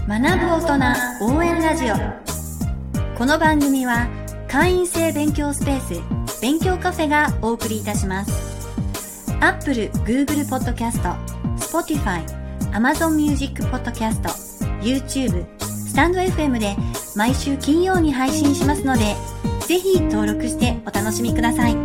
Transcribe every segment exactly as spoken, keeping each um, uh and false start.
学ぶ大人応援ラジオ。この番組は会員制勉強スペース勉強カフェがお送りいたします。Apple、Google Podcast、Spotify、Amazon Music Podcast、YouTube、スタンド エフエム で毎週金曜に配信しますので、ぜひ登録してお楽しみください。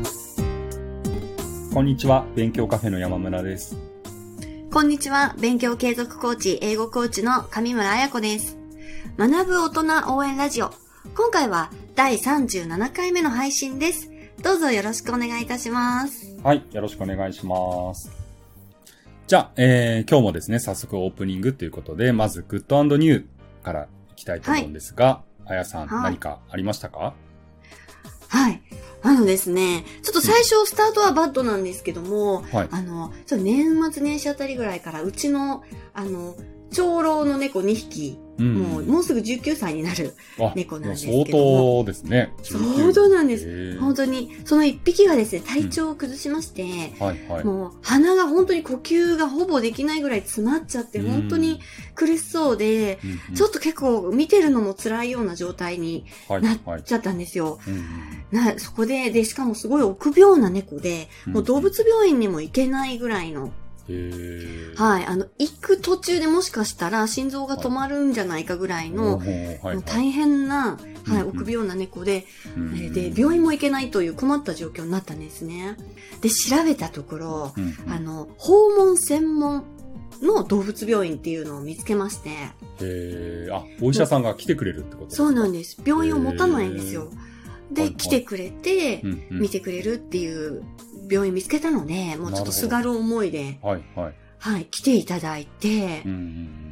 こんにちは、勉強カフェの山村です。 こんにちは、勉強継続コーチ、英語コーチの上村彩子です。学ぶ大人応援ラジオ。今回はだいさんじゅうななかいめの配信です。どうぞよろしくお願いいたします。 はい、よろしくお願いします。じゃあ、えー、今日もですね、早速オープニングということで、まずグッド&ニューからいきたいと思うんですが、あやさん、はい、何かありましたか？ はい。あのですね、ちょっと最初スタートはバッドなんですけども、うん、はい、あの、ちょっと年末年始あたりぐらいから、うちの、あの、長老の猫にひき、うん、もう、もうすぐじゅうきゅうさいになる猫なんですけども。 相当ですね。 相当なんです。本当に、そのいっぴきがですね、体調を崩しまして、うん、はいはい、もう、鼻が本当に呼吸がほぼできないぐらい詰まっちゃって、本当に苦しそうで、うん、ちょっと結構見てるのも辛いような状態になっちゃったんですよ。はいはい、なそこで、で、しかもすごい臆病な猫で、もう動物病院にも行けないぐらいの、へー、はい。あの、行く途中でもしかしたら心臓が止まるんじゃないかぐらいの、はい、もう大変な、はい、臆病な猫で、うん、で、病院も行けないという困った状況になったんですね。で、調べたところ、うん、あの、訪問専門の動物病院っていうのを見つけまして。 へー、あ、お医者さんが来てくれるってことですか？ そうなんです。病院を持たないんですよ。で、はいはい、来てくれて、うんうん、見てくれるっていう病院見つけたので、もうちょっとすがる思いで、はい、はい。はい、来ていただいて、うんうん、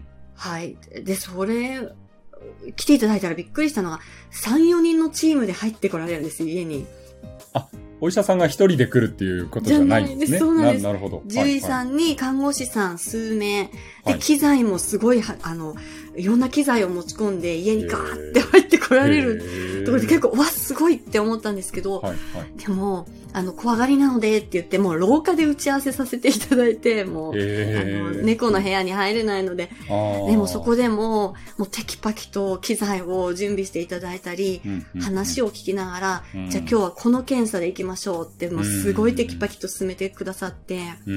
はい。で、それ、来ていただいたらびっくりしたのが、さん、よにんのチームで入ってこられるんです、家に。 あ、お医者さんが一人で来るっていうことじゃないんですね。 そうなんです。 な、なるほど。 獣医さんに看護師さん数名、で、機材もすごい、あの、いろんな機材を持ち込んで家にガーって入ってこられるところで結構、わ、すごいって思ったんですけど、はいはい、でも、あの、怖がりなのでって言って、もう廊下で打ち合わせさせていただいて、もう、あの、猫の部屋に入れないので、でもそこでも、もうテキパキと機材を準備していただいたり、うんうん、話を聞きながら、うん、じゃあ今日はこの検査で行きましょうって、もうすごいテキパキと進めてくださって、うん、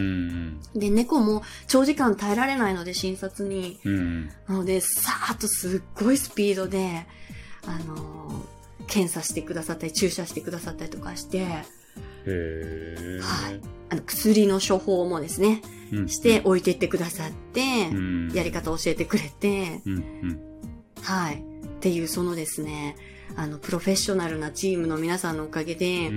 で、猫も長時間耐えられないので、診察に。うん、なので、さーっとすっごいスピードで、あのー、検査してくださったり、注射してくださったりとかして、へー、はい。あの、薬の処方もですね、うん、して置いていってくださって、うん、やり方を教えてくれて、うんうん、はい。っていう、そのですね、あの、プロフェッショナルなチームの皆さんのおかげで、うん、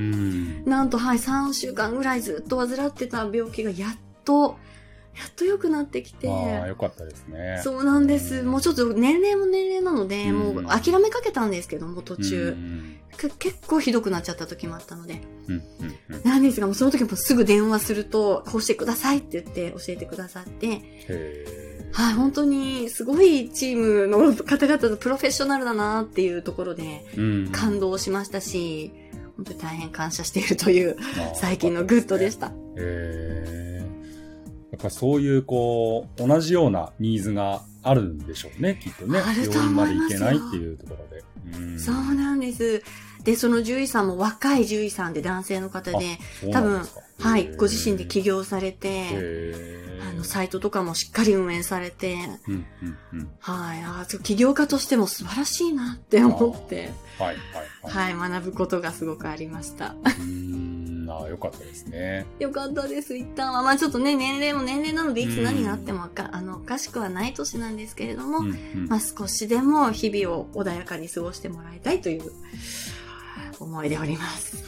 なんと、はい、さんしゅうかんぐらいずっと患ってた病気がやっと、やっと良くなってきて。 ああ、よかったですね。 そうなんです。もうちょっと年齢も年齢なので、うん、もう諦めかけたんですけども、途中。うん、結構ひどくなっちゃった時もあったので。うんうんうん、なんですが、もうその時もすぐ電話すると、こうしてくださいって言って教えてくださって。へー、はい、本当にすごいチームの方々のプロフェッショナルだなっていうところで感動しましたし、うん、本当に大変感謝しているという最近のグッドでした。 へー、やっぱそういうこう同じようなニーズがあるんでしょうね、きっとね。病院まで行けないっていうところで。 うん、そうなんです。で、その獣医さんも若い獣医さんで男性の方で、多分、はい、ご自身で起業されて、あの、サイトとかもしっかり運営されて、うんうんうん、はい、あ、起業家としても素晴らしいなって思って、はい、はい、はい、学ぶことがすごくありました。 ああ、よかったですね。 よかったです。一旦は。まあちょっとね、年齢も年齢なので、いつ何があってもか、あの、おかしくはない年なんですけれども、うんうん、まあ少しでも日々を穏やかに過ごしてもらいたいという思いでおります。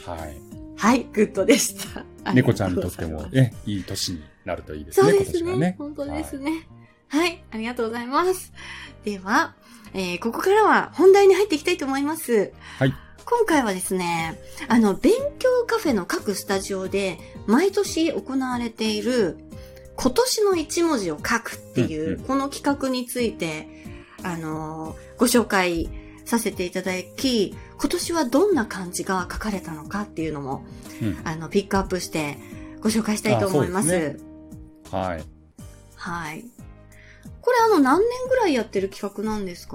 はい。はい、グッドでした。 猫ちゃんにとっても、ね、いい年になるといいですね。 そうですね。ね、本当ですね、はい。はい、ありがとうございます。では、えー、ここからは本題に入っていきたいと思います。はい。今回はですね、あの、勉強カフェの各スタジオで毎年行われている今年の一文字を書くっていう、うんうん、この企画について、あのー、ご紹介させていただき、今年はどんな漢字が書かれたのかっていうのも、うん、あの、ピックアップしてご紹介したいと思います。 そうですね。はい。 はい。 これあの何年ぐらいやってる企画なんですか？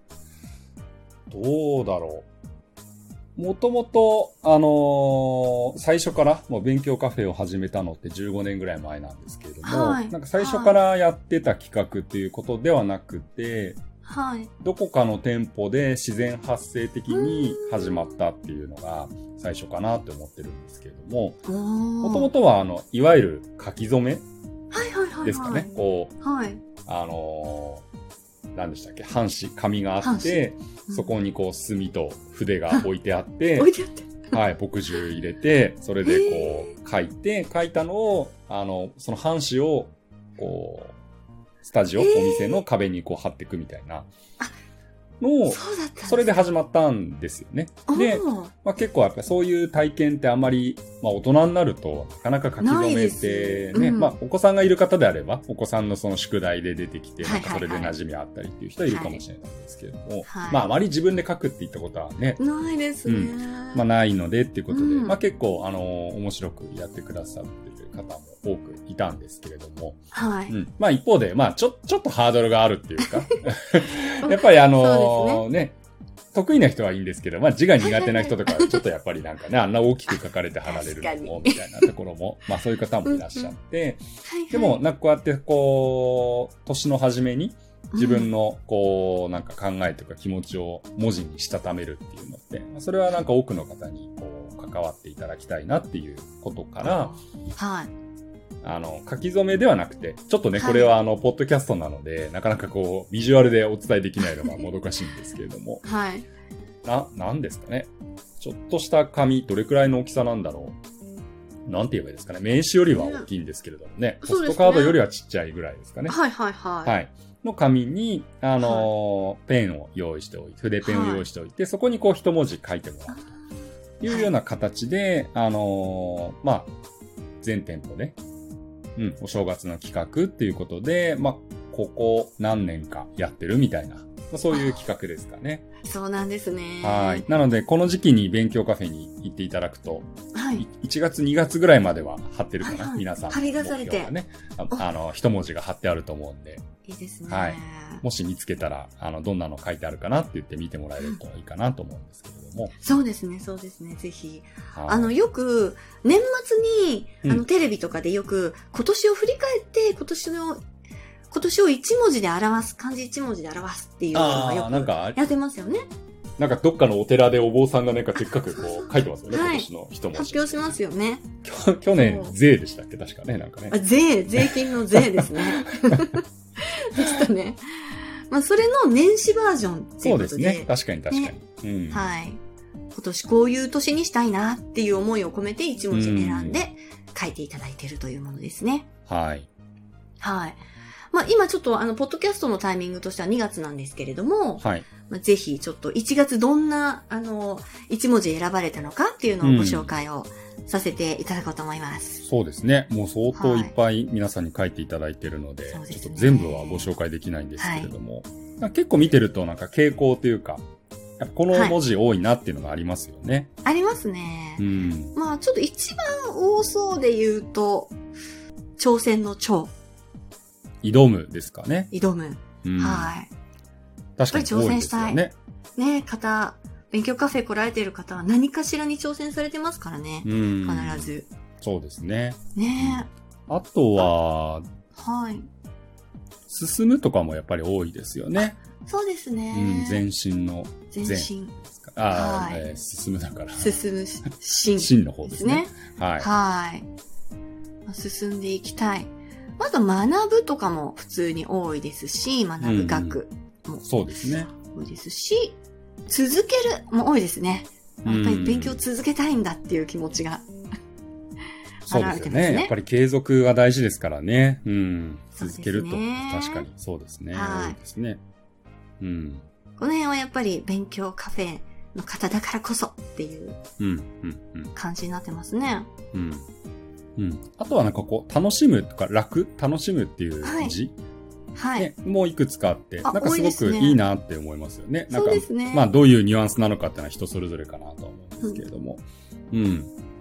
どうだろう。もともと、あのー、最初からもう勉強カフェを始めたのってじゅうごねんぐらい前なんですけれども、はい、なんか最初からやってた企画っていうことではなくて、はい、どこかの店舗で自然発生的に始まったっていうのが最初かなって思ってるんですけれども、もともとはあの、いわゆる書き初めですかね。はいはいはいはい、こう、はい、あのー、何でしたっけ、半紙、紙があって、うん、そこにこう墨と筆が置いてあって、 置いてあって。 はい、墨汁入れて、それでこう書いて、書いたのを、あの、その半紙を、こう、スタジオ、お店の壁にこう貼っていくみたいなのを、それで始まったんですよね。で、まあ、結構やっぱりそういう体験ってあんまり、まあ大人になるとなかなか書き初めってね、うん、まあお子さんがいる方であれば、お子さんのその宿題で出てきて、なんかそれで馴染みあったりっていう人はいるかもしれないんですけれども、はい、まああまり自分で書くって言ったことはね、 ないですね。うん、 まあないのでっていうことで、うん、まあ結構あのー、面白くやってくださってる方も多くいたんですけれども、はい。うん、まあ一方で、まあちょ、ちょっとハードルがあるっていうか、やっぱりあのー、ね、得意な人はいいんですけど、まあ字が苦手な人とかはちょっとやっぱりなんかね、あんな大きく書かれて離れるのも、みたいなところも、まあそういう方もいらっしゃって、でもなんかこうやってこう、年の初めに自分のこう、なんか考えとか気持ちを文字にしたためるっていうのって、それはなんか多くの方にこう、関わっていただきたいなっていうことから、はい。あの、書き初めではなくて、ちょっとね、これはあの、ポッドキャストなので、なかなかこう、ビジュアルでお伝えできないのがもどかしいんですけれども。はい。な、なんですかね。ちょっとした紙、どれくらいの大きさなんだろう。なんて言えばいいですかね。名刺よりは大きいんですけれどもね。ポストカードよりはちっちゃいぐらいですかね。 はいはいはい。 はい。の紙に、あのー、ペンを用意しておいて、筆ペンを用意しておいて、そこにこう一文字書いてもらうというような形で、あのー、まあ、全店舗で、うん、お正月の企画っていうことで、まあ、ここ何年かやってるみたいな、まあ、そういう企画ですかね。 そうなんですね。 はい。なので、この時期に勉強カフェに行っていただくと、はい。いちがつ、にがつぐらいまでは貼ってるかな、はいはい、皆さん。 貼り出されて。 ね、あ, あの、一文字が貼ってあると思うんで。 いいですね。 はい。もし見つけたら、あの、どんなの書いてあるかなって言って見てもらえるといいかなと思うんですけれども。 そうですね、そうですね、ぜひ。あの、よく、年末に、あの、テレビとかでよく、今年を振り返って、今年の、今年を一文字で表す、漢字一文字で表すっていうのがよくやってますよね。 なんかどっかのお寺でお坊さんがなんかでっかくこう書いてますよね、はい、今年の一文字。 発表しますよね。 去年、税でしたっけ確かね、なんかね。 あ、税、税金の税ですね。でしたね。まあ、それの年始バージョンっていうことで。 そうですね。確かに確かに。 ね、うん、はい。今年こういう年にしたいなっていう思いを込めて一文字選んで書いていただいているというものですね。 はい。 はい。まあ、今ちょっとあの、ポッドキャストのタイミングとしてはにがつなんですけれども、はい。まあ、ぜひちょっといちがつどんな、あの、一文字選ばれたのかっていうのをご紹介をさせていただこうと思います。 うん、そうですね。もう相当いっぱい皆さんに書いていただいているので、はい、ちょっと全部はご紹介できないんですけれども、はい、結構見てるとなんか傾向というか、やっぱこの文字多いなっていうのがありますよね。 はい、ありますね。うん。まあちょっと一番多そうで言うと、挑戦の挑。 挑むですかね。 挑む。うん、はい。 確かに多いですよね。 ね、方、勉強カフェ来られている方は何かしらに挑戦されてますからね。うん、必ず。 そうですね。 ね。 あとは、 はい。 進むとかもやっぱり多いですよね。 そうですね。 うん、前進の前。 前進。 ああ、はい、えー、進むだから。 進む、進。 進の方ですね。はい。 はい。進んでいきたい。また学ぶとかも普通に多いですし、学ぶ学も、 うん、そうですね。 多いですし、続けるも多いですね。やっぱり勉強続けたいんだっていう気持ちが、 そうですよね。やっぱり継続が大事ですからね。うん。続けると。確かにそうですね。はい。ですね。うん。 この辺はやっぱり勉強カフェの方だからこそっていう感じになってますね。 うん。うん。あとはなんかこう、楽しむとか楽楽しむっていう字、はい。ね、もういくつかあって、なんかすごくいいなって思いますよね。なんか、そうですね。まあどういうニュアンスなのかっていうのは人それぞれかなと思うんですけれども。うん。うん、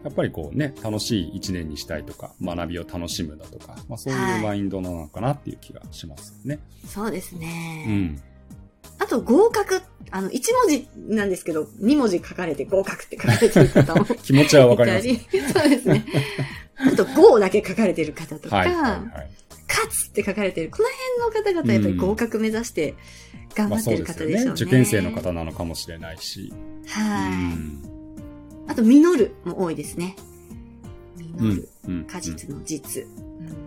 やっぱりこうね、楽しい一年にしたいとか、学びを楽しむだとか、まあそういうマインドなのかなっていう気がしますよね。 はい、そうですね。 うん。 あと、合格、あの、一文字なんですけど、二文字書かれて合格って書かれてる方も気持ちはわかります。 そうですね。あと、合だけ書かれてる方とか、はいはいはい、勝つって書かれてる、この辺の方々やっぱり合格目指して頑張ってる方でしょうね。まあ、そうですよね。 受験生の方なのかもしれないし。 はい。うん、あと、実るも多いですね。実る。うん、果実の実。うん、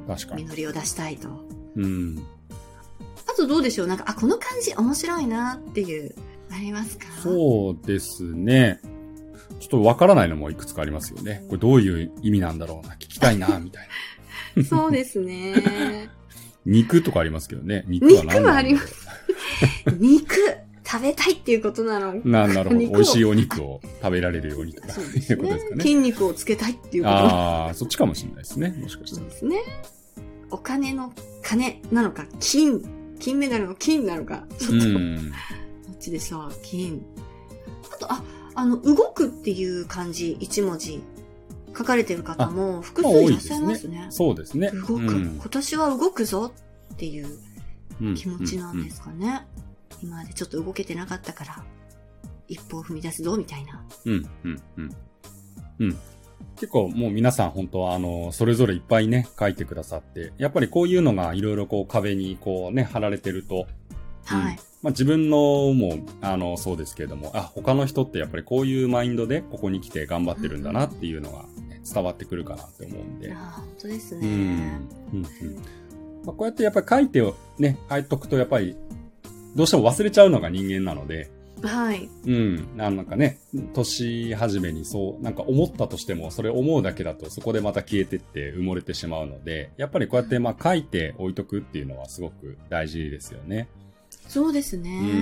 確かに。実りを出したいと。 うん。 あとどうでしょう、なんか、あ、この漢字面白いなっていう、ありますか？ そうですね。ちょっとわからないのもいくつかありますよね。これどういう意味なんだろうな、聞きたいな、みたいな。そうですね。 肉とかありますけどね。 肉は何なんだろう。肉はあります。肉、食べたいっていうことなの。 な、なるほど。美味しいお肉を食べられるようにとか、そうですね、いうことですかね。 筋肉をつけたいっていうこと。 ああ、そっちかもしれないですね。もしかしたら。 そうですね。お金の金なのか、金。金メダルの金なのか、ちょっと、どっちでしょう、金。あと、あ、あの、動くっていう漢字、一文字、書かれてる方も複数いらっしゃいますね。 まあ、そうですね。 動く、うん。今年は動くぞっていう気持ちなんですかね。うんうんうん、今までちょっと動けてなかったから、一歩を踏み出すぞ、みたいな。 うん、うん、うん。うん。結構もう皆さん本当はあの、それぞれいっぱいね、書いてくださって、やっぱりこういうのがいろいろこう壁にこうね、貼られてると、 はい。うん、 まあ自分のも、あの、そうですけれども、あ、他の人ってやっぱりこういうマインドでここに来て頑張ってるんだなっていうのが、ね、伝わってくるかなって思うんで。 あ、本当ですね。 うん。うん、うん。まあ、こうやってやっぱり書いてね、書いとくとやっぱり、どうしても忘れちゃうのが人間なので、 はい。 うん。なんかね、年始めにそう、なんか思ったとしても、それ思うだけだとそこでまた消えてって埋もれてしまうので、やっぱりこうやってまあ書いて置いとくっていうのはすごく大事ですよね。 そうですね。うん、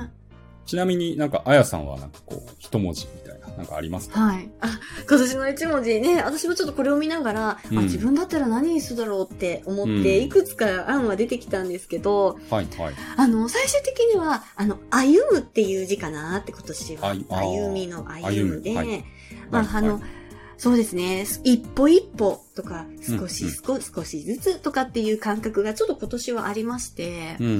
ちなみになんか、あやさんはなんかこう、一文字みたいな、なんかありますか？ はい。あ、今年の一文字ね、私もちょっとこれを見ながら、うん、あ、自分だったら何にするだろうって思って、うん、いくつか案は出てきたんですけど、 はいはい。 あの、最終的には、あの、歩むっていう字かなって今年は。歩みの歩むで、はい、まあ、はい、あの、はい、そうですね。一歩一歩とか、少し少、うん、少しずつとかっていう感覚がちょっと今年はありまして、 うんうんうん、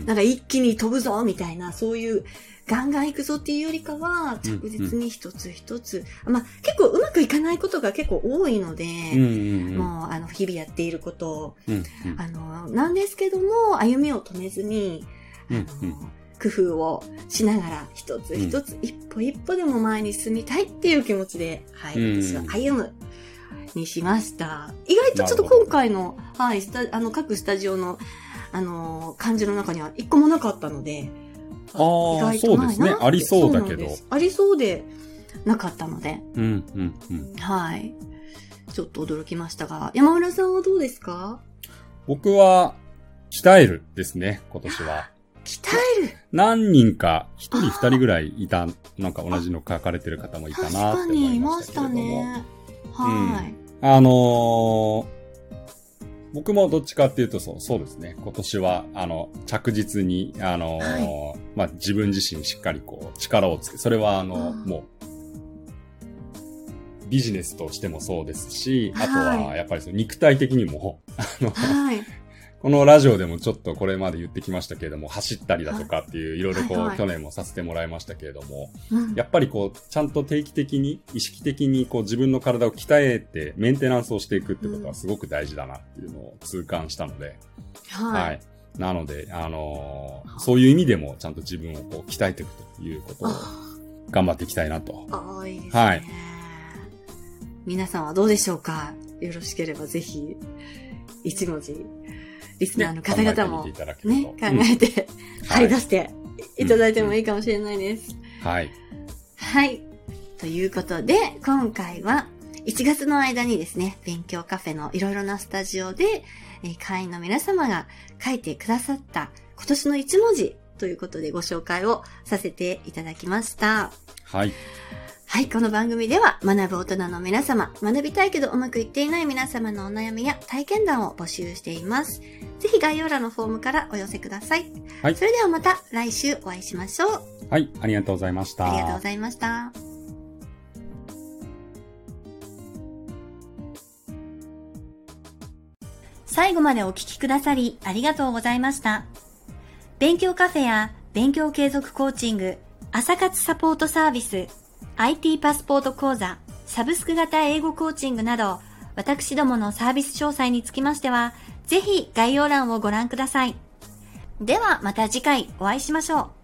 なんか一気に飛ぶぞみたいな、そういうガンガン行くぞっていうよりかは、着実に一つ一つ、うんうん、まあ結構うまくいかないことが結構多いので、 うんうんうん、 もうあの日々やっていることを、 うんうん、 あの、なんですけども、歩みを止めずに、あの、 うんうん工夫をしながら一つ一つ一歩一歩でも前に進みたいっていう気持ちで、はい、私は歩むにしました。意外とちょっと今回の、はい、スタあの各スタジオの、あのー、漢字の中には一個もなかったので、 あ意外とないなって。そうですね。ありそうだけど。 ありそうでなかったので、 うんうんうん、 はい。ちょっと驚きましたが、山村さんはどうですか？ 僕は、鍛えるですね、今年は。 鍛える何人か、一人二人ぐらいいた、なんか同じの書かれてる方もいたなって思いましたけれども。確かにいましたね。はい。うん、あのー、僕もどっちかっていうとそう、そうですね。今年は、あの、着実に、あのーはい、まあ、自分自身しっかりこう、力をつけ、それはあの、もう、ビジネスとしてもそうですし、あとは、やっぱりその肉体的にも、あの、はいこのラジオでもちょっとこれまで言ってきましたけれども、走ったりだとかっていういろいろこう、はいはい、去年もさせてもらいましたけれども、うん、やっぱりこう、ちゃんと定期的に、意識的にこう自分の体を鍛えてメンテナンスをしていくってことはすごく大事だなっていうのを痛感したので、 はい。はい、 なので、あのー、そういう意味でもちゃんと自分をこう鍛えていくということを頑張っていきたいなと。 ああ、いいですね。はい。皆さんはどうでしょうか？よろしければぜひ、一文字。リスナーの方々もね、考えて、張り出していただいてもいいかもしれないです。 はい。 はい。ということで、今回はいちがつの間にですね、勉強カフェのいろいろなスタジオで、会員の皆様が書いてくださった今年の一文字ということでご紹介をさせていただきました。 はい。 はい、この番組では学ぶ大人の皆様、学びたいけどうまくいっていない皆様のお悩みや体験談を募集しています。ぜひ概要欄のフォームからお寄せください。はい。それではまた来週お会いしましょう。 はい、ありがとうございました。 ありがとうございました。 最後までお聞きくださりありがとうございました。勉強カフェや勉強継続コーチング、朝活サポートサービス、アイティー パスポート講座、サブスク型英語コーチングなど、私どものサービス詳細につきましては、ぜひ概要欄をご覧ください。ではまた次回お会いしましょう。